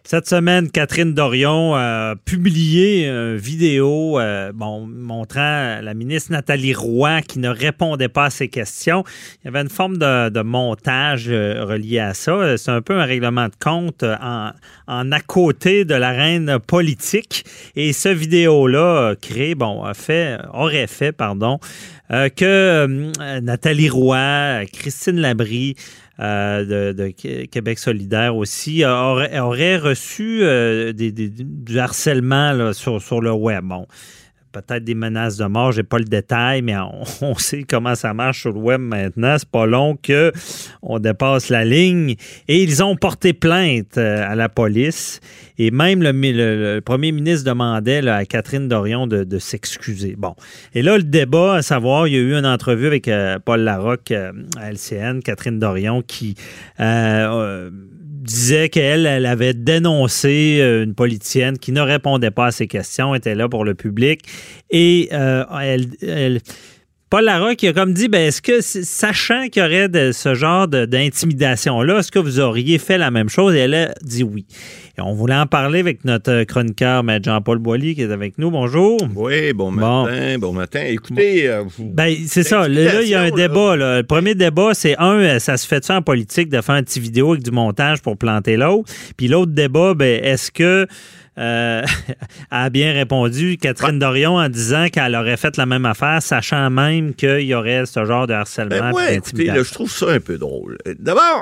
Cette semaine, Catherine Dorion a publié une vidéo montrant la ministre Nathalie Roy qui ne répondait pas à ses questions. Il y avait une forme de montage relié à ça. C'est un peu un règlement de compte en à côté de l'arène politique. Et ce vidéo-là aurait fait que Nathalie Roy, Christine Labrie, de Québec solidaire aussi, aurait reçu du harcèlement là, sur le web. Bon, peut-être des menaces de mort, j'ai pas le détail, mais on sait comment ça marche sur le web maintenant. C'est pas long qu'on dépasse la ligne. Et ils ont porté plainte à la police. Et même le premier ministre demandait là, à Catherine Dorion de s'excuser. Bon. Et là, le débat, à savoir, il y a eu une entrevue avec Paul Larocque à LCN, Catherine Dorion, qui disait qu'elle avait dénoncé une politicienne qui ne répondait pas à ses questions, était là pour le public. Et Paul Larocque a comme dit, est-ce que, sachant qu'il y aurait ce genre d'intimidation-là, est-ce que vous auriez fait la même chose? Et elle a dit oui. Et on voulait en parler avec notre chroniqueur, M. Jean-Paul Boilly, qui est avec nous. Bonjour. Oui, bon matin. Écoutez... c'est ça. Là, il y a un débat. Là. Le premier débat, c'est ça se fait-tu en politique de faire un petit vidéo avec du montage pour planter l'autre? Puis l'autre débat, est-ce que... a bien répondu Catherine Dorion en disant qu'elle aurait fait la même affaire, sachant même qu'il y aurait ce genre de harcèlement. Écoutez, là, je trouve ça un peu drôle. D'abord,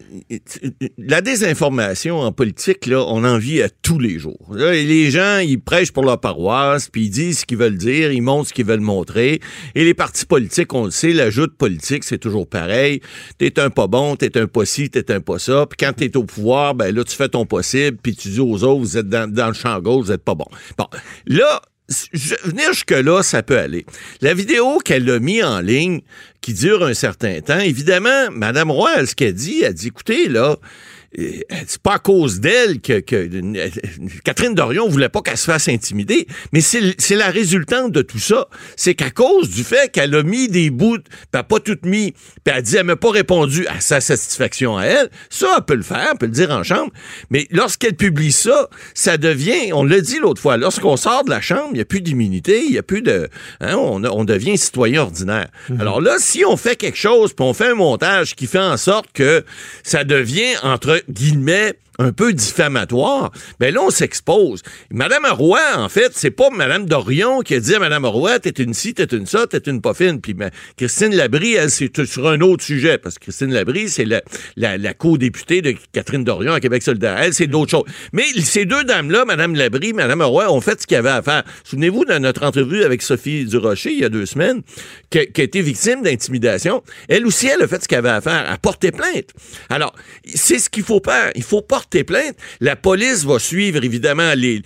la désinformation en politique, là, on en vit à tous les jours. Là, les gens, ils prêchent pour leur paroisse, puis ils disent ce qu'ils veulent dire, ils montrent ce qu'ils veulent montrer. Et les partis politiques, on le sait, la joute politique, c'est toujours pareil. T'es un pas bon, t'es un pas ci, t'es un pas ça. Puis quand t'es au pouvoir, là, tu fais ton possible, puis tu dis aux autres, vous êtes dans le champ gauche, vous êtes pas bon. Bon, là, venir jusque-là, ça peut aller. La vidéo qu'elle a mis en ligne, qui dure un certain temps, évidemment, Mme Roy, ce qu'elle dit, écoutez, là, c'est pas à cause d'elle que Catherine Dorion voulait pas qu'elle se fasse intimider, mais c'est la résultante de tout ça. C'est qu'à cause du fait qu'elle a mis des bouts, puis elle n'a pas tout mis, puis elle dit elle m'a pas répondu à sa satisfaction à elle, ça, elle peut le faire, elle peut le dire en chambre, mais lorsqu'elle publie ça, ça devient, on l'a dit l'autre fois, lorsqu'on sort de la chambre, il n'y a plus d'immunité, il n'y a plus de... on devient citoyen ordinaire. Alors là, si on fait quelque chose, puis on fait un montage qui fait en sorte que ça devient, entre guillemets, un peu diffamatoire, là, on s'expose. Madame Roy, en fait, c'est pas Madame Dorion qui a dit à Madame Roy, t'es une ci, t'es une ça, t'es une pas fine. Puis Christine Labrie, elle, c'est sur un autre sujet, parce que Christine Labrie, c'est la co-députée de Catherine Dorion à Québec solidaire. Elle, c'est d'autres choses. Mais ces deux dames-là, Madame Labrie, Madame Roy, ont fait ce qu'il y avait à faire. Souvenez-vous de notre entrevue avec Sophie Durocher, il y a 2 semaines, qui a été victime d'intimidation. Elle aussi, elle a fait ce qu'elle avait à faire, à porter plainte. Alors, c'est ce qu'il faut faire. Il faut porter plainte. La police va suivre, évidemment, les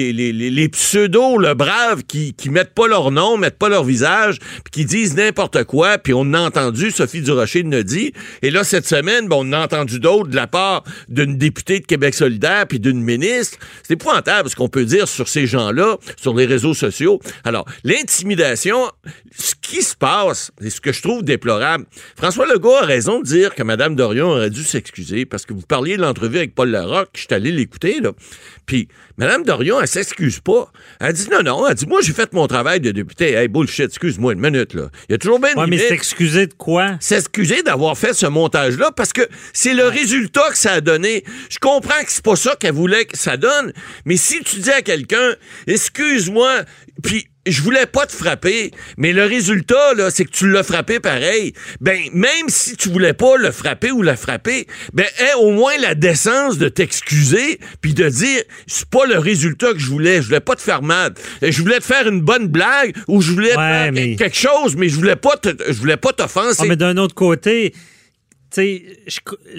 pseudos, le brave, qui mettent pas leur nom, mettent pas leur visage, puis qui disent n'importe quoi, puis on a entendu, Sophie Durocher le dit, et là, cette semaine, on a entendu d'autres de la part d'une députée de Québec solidaire, puis d'une ministre. C'est épouvantable ce qu'on peut dire sur ces gens-là, sur les réseaux sociaux. Alors, l'intimidation, ce qui se passe, c'est ce que je trouve déplorable. François Legault a raison de dire que Mme Dorion aurait dû s'excuser, parce que vous parliez de l'entrevue avec Paul Larocque, je suis allé l'écouter, là. Puis, Mme Dorion, elle s'excuse pas. Elle dit non, elle dit, moi, j'ai fait mon travail de député. Hey, bullshit, excuse-moi une minute, là. Il y a toujours bien une mais s'excuser de quoi? S'excuser d'avoir fait ce montage-là, parce que c'est le résultat que ça a donné. Je comprends que c'est pas ça qu'elle voulait que ça donne, mais si tu dis à quelqu'un, excuse-moi, puis je voulais pas te frapper, mais le résultat, là, c'est que tu l'as frappé pareil. Même si tu voulais pas le frapper ou la frapper, aie au moins la décence de t'excuser puis de dire, c'est pas le résultat que je voulais pas te faire mal. Je voulais te faire une bonne blague ou je voulais te faire quelque chose, mais je voulais pas t'offenser. Mais d'un autre côté, tu sais,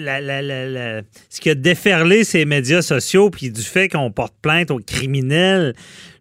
ce qui a déferlé ces médias sociaux, puis du fait qu'on porte plainte aux criminels,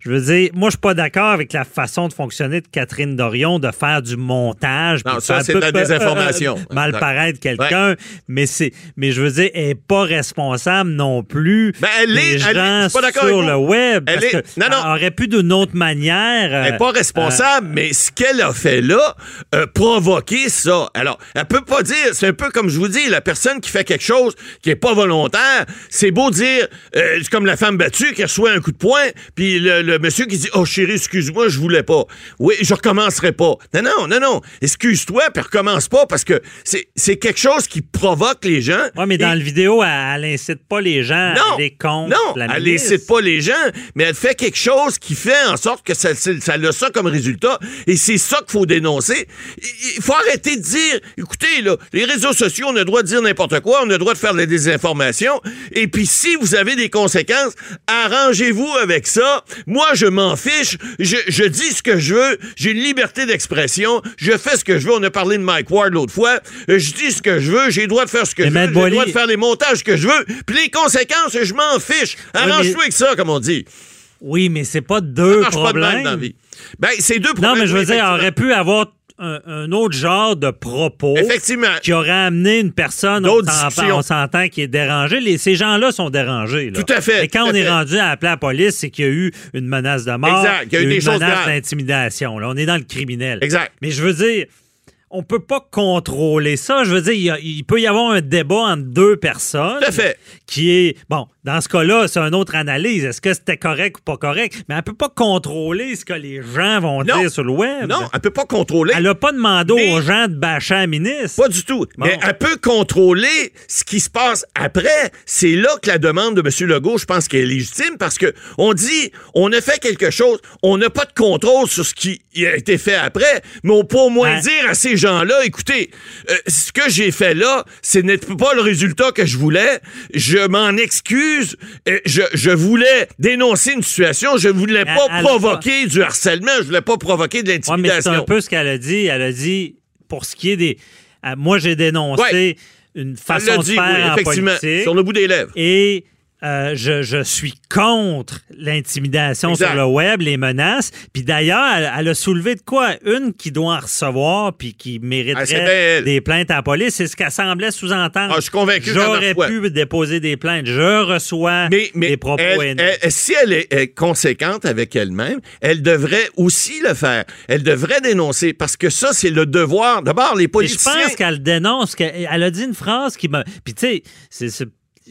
Je veux dire, moi, je suis pas d'accord avec la façon de fonctionner de Catherine Dorion, de faire du montage. Non, ça, c'est de la désinformation. Mal paraître quelqu'un, mais je veux dire, elle n'est pas responsable non plus des gens sur le web. Elle aurait pu d'une autre manière... elle n'est pas responsable, mais ce qu'elle a fait là, provoquer ça. Alors, elle peut pas dire, c'est un peu comme je vous dis, la personne qui fait quelque chose qui est pas volontaire, c'est beau dire, c'est comme la femme battue qui reçoit un coup de poing, puis le monsieur qui dit « Oh chérie, excuse-moi, je voulais pas. Oui, je recommencerai pas. » Non. Excuse-toi, puis recommence pas, parce que c'est quelque chose qui provoque les gens. Oui, mais dans la vidéo, elle incite pas les gens à aller contre la ministre. Elle incite pas les gens, mais elle fait quelque chose qui fait en sorte que ça a ça comme résultat, et c'est ça qu'il faut dénoncer. Il faut arrêter de dire, écoutez, là, les réseaux sociaux, on a le droit de dire n'importe quoi, on a le droit de faire de la désinformation, et puis si vous avez des conséquences, arrangez-vous avec ça. Moi, je m'en fiche, je dis ce que je veux, j'ai une liberté d'expression, je fais ce que je veux. On a parlé de Mike Ward l'autre fois, je dis ce que je veux, j'ai le droit de faire ce que je veux, j'ai le droit de faire les montages que je veux, puis les conséquences, je m'en fiche. Arrange-toi avec ça, comme on dit. Oui, mais c'est pas deux problèmes. Pas de dans la vie. Ben, c'est deux problèmes. Non, mais je veux dire, on aurait pu avoir un autre genre de propos qui aurait amené une personne, on s'entend, qui est dérangée. Ces gens-là sont dérangés. Là. Tout à fait. Et quand on est rendu à appeler la police, c'est qu'il y a eu une menace de mort, exact. Il y a eu des une menace d'intimidation. Là, on est dans le criminel. Exact. Mais je veux dire, on peut pas contrôler ça. Je veux dire, il peut y avoir un débat entre deux personnes. Tout à fait. Qui est, bon, dans ce cas-là, c'est une autre analyse. Est-ce que c'était correct ou pas correct? Mais elle peut pas contrôler ce que les gens vont dire sur le web. Non, elle peut pas contrôler. Elle a pas demandé aux gens de bâcher la ministre. Pas du tout. Bon. Mais elle peut contrôler ce qui se passe après. C'est là que la demande de M. Legault, je pense qu'elle est légitime, parce que on dit, on a fait quelque chose, on n'a pas de contrôle sur ce qui a été fait après, mais on peut au moins dire à ces gens-là, écoutez, ce que j'ai fait là, ce n'est pas le résultat que je voulais, je m'en excuse, je voulais dénoncer une situation, je voulais pas provoquer du harcèlement, je voulais pas provoquer de l'intimidation. Ouais, mais c'est un peu ce qu'elle a dit. Elle a dit, pour ce qui est des... moi, j'ai dénoncé une façon de faire en politique. Sur le bout des lèvres. Et... je suis contre l'intimidation sur le web, les menaces. Puis d'ailleurs, elle a soulevé de quoi? Une qui doit en recevoir puis qui mériterait des plaintes à la police. C'est ce qu'elle semblait sous-entendre. Je suis convaincu. J'aurais pu déposer des plaintes. Je reçois des propos haineux. Si elle est conséquente avec elle-même, elle devrait aussi le faire. Elle devrait dénoncer, parce que ça, c'est le devoir. D'abord, les politiciens... Je pense qu'elle dénonce. Elle a dit une phrase qui m'a... Puis tu sais,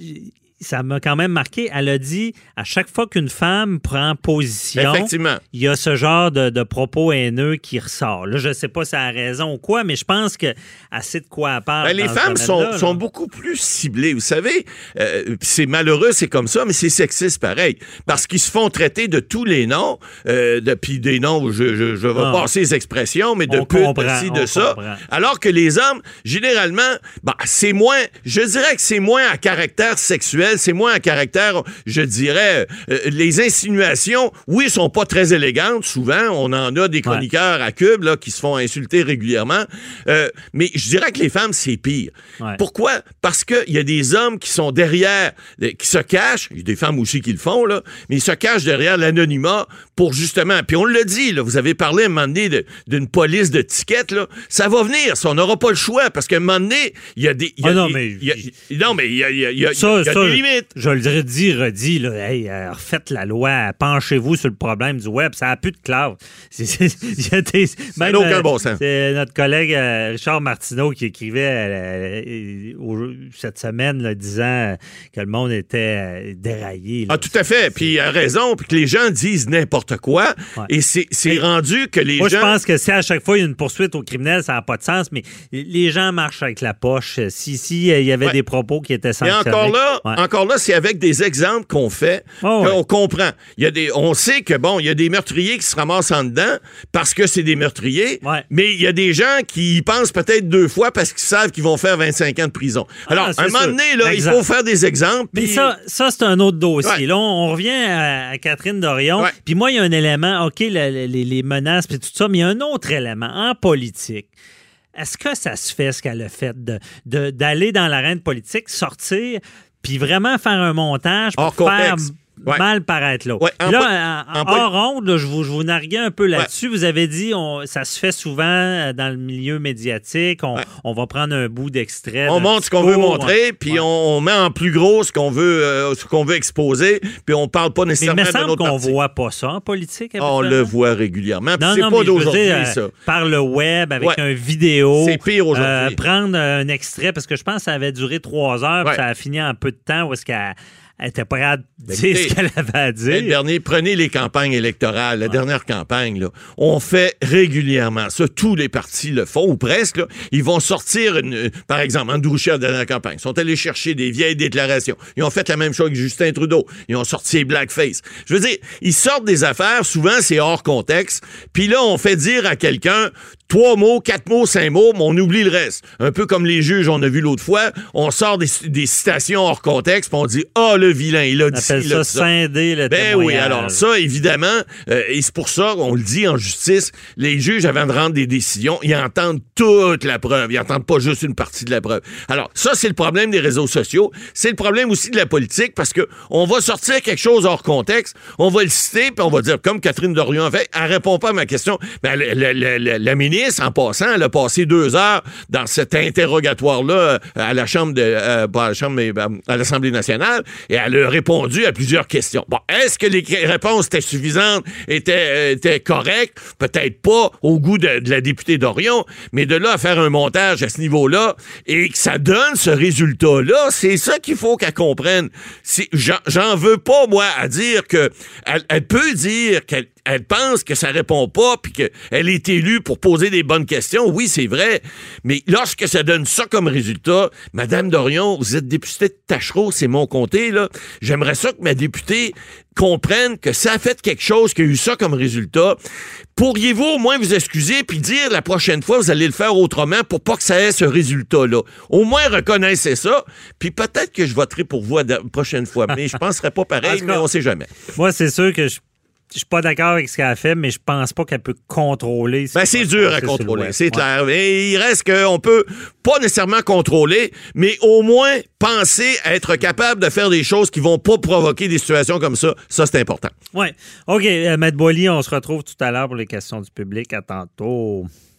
ça m'a quand même marqué. Elle a dit, à chaque fois qu'une femme prend position, il y a ce genre de propos haineux qui ressort. Là, je ne sais pas si elle a raison ou quoi, mais je pense que assez de quoi elle parle. Les femmes sont beaucoup plus ciblées. Vous savez, c'est malheureux, c'est comme ça, mais c'est sexiste pareil. Parce qu'ils se font traiter de tous les noms, puis des noms, je vais passer les expressions, mais de pute, de ça. Alors que les hommes, généralement, c'est moins, je dirais que c'est moins à caractère sexuel, c'est moins un caractère, je dirais, les insinuations, oui, sont pas très élégantes, souvent, on en a des chroniqueurs à Cube, là, qui se font insulter régulièrement, mais je dirais que les femmes, c'est pire. Ouais. Pourquoi? Parce qu'il y a des hommes qui sont derrière, qui se cachent, il y a des femmes aussi qui le font, là, mais ils se cachent derrière l'anonymat pour justement, puis on le dit, là, vous avez parlé à un moment donné d'une police de tickets, là, ça va venir, ça, on n'aura pas le choix, parce qu'à un moment donné, il y a des... non, mais il y a des limites. Je le dis, redis, là, refaites la loi, penchez-vous sur le problème du web, ça n'a plus de classe. Ça n'a aucun bon sens. C'est notre collègue Richard Martineau qui écrivait cette semaine, là, disant que le monde était déraillé. Là. Tout à fait, puis il a raison, puis que les gens disent n'importe quoi, et c'est rendu que les gens... Moi, je pense que si à chaque fois il y a une poursuite au criminel, ça n'a pas de sens, mais les gens marchent avec la poche. Si il y avait des propos qui étaient sanctionnés. Et encore là, c'est avec des exemples qu'on fait qu'on comprend. On sait que, il y a des meurtriers qui se ramassent en dedans parce que c'est des meurtriers, mais il y a des gens qui y pensent peut-être 2 fois parce qu'ils savent qu'ils vont faire 25 ans de prison. Alors, à un moment donné, là, il faut faire des exemples. Mais ça, c'est un autre dossier. Là, on revient à Catherine Dorion. Puis moi, il y a un élément, OK, les menaces puis tout ça, mais il y a un autre élément en politique. Est-ce que ça se fait, ce qu'elle a fait, d'aller dans l'arène politique, sortir, puis vraiment faire un montage pour faire mal paraître là. Ouais, hors onde, là, je vous narguais un peu là-dessus. Vous avez dit, ça se fait souvent dans le milieu médiatique. On va prendre un bout d'extrait. On montre ce qu'on veut montrer, puis on met en plus gros ce qu'on veut exposer, puis on parle pas nécessairement de notre parti. Mais il me semble qu'on voit pas ça en politique. On le voit régulièrement. C'est pas d'aujourd'hui, ça. Par le web, avec un vidéo. C'est pire aujourd'hui. Prendre un extrait, parce que je pense que ça avait duré 3 heures, puis ça a fini en peu de temps, où est-ce qu'elle n'était pas capable de dire ce qu'elle avait à dire. Prenez les campagnes électorales, la dernière campagne, là, on fait régulièrement ça. Tous les partis le font, ou presque. Là. Ils vont sortir, par exemple, Andrew Scheer, la dernière campagne, ils sont allés chercher des vieilles déclarations. Ils ont fait la même chose avec Justin Trudeau. Ils ont sorti blackface. Je veux dire, ils sortent des affaires, souvent c'est hors contexte, puis là, on fait dire à quelqu'un 3 mots, 4 mots, 5 mots, mais on oublie le reste. Un peu comme les juges, on a vu l'autre fois, on sort des citations hors contexte, puis on dit « Ah, le vilain, il a dit ça. » On appelle ça scinder le témoignage. Oui, alors ça, évidemment, et c'est pour ça qu'on le dit en justice, les juges, avant de rendre des décisions, ils entendent toute la preuve. Ils n'entendent pas juste une partie de la preuve. Alors, ça, c'est le problème des réseaux sociaux. C'est le problème aussi de la politique, parce que on va sortir quelque chose hors contexte, on va le citer, puis on va dire, comme Catherine Dorion a fait, elle répond pas à ma question. Ben, la ministre, en passant, elle a passé 2 heures dans cet interrogatoire-là à la Chambre pas à la Chambre, mais à l'Assemblée nationale, et elle a répondu à plusieurs questions. Bon, est-ce que les réponses étaient suffisantes, étaient correctes? Peut-être pas au goût de la députée Dorion, mais de là à faire un montage à ce niveau-là, et que ça donne ce résultat-là, c'est ça qu'il faut qu'elle comprenne. J'en veux pas, moi, à dire que elle peut dire qu'elle pense que ça répond pas, puis qu'elle est élue pour poser des bonnes questions. Oui, c'est vrai. Mais lorsque ça donne ça comme résultat, Madame Dorion, vous êtes députée de Tachereau, c'est mon comté, là. J'aimerais ça que ma députée comprenne que ça a fait quelque chose, qu'il y a eu ça comme résultat. Pourriez-vous au moins vous excuser puis dire la prochaine fois, vous allez le faire autrement pour pas que ça ait ce résultat-là? Au moins, reconnaissez ça, puis peut-être que je voterai pour vous la prochaine fois. Mais je penserais pas pareil, mais on sait jamais. Moi, c'est sûr que je suis pas d'accord avec ce qu'elle a fait, mais je pense pas qu'elle peut contrôler. C'est dur à contrôler, c'est clair. Et il reste qu'on peut pas nécessairement contrôler, mais au moins penser à être capable de faire des choses qui vont pas provoquer des situations comme ça. Ça, c'est important. Oui. OK, Maître Boily, on se retrouve tout à l'heure pour les questions du public. À tantôt.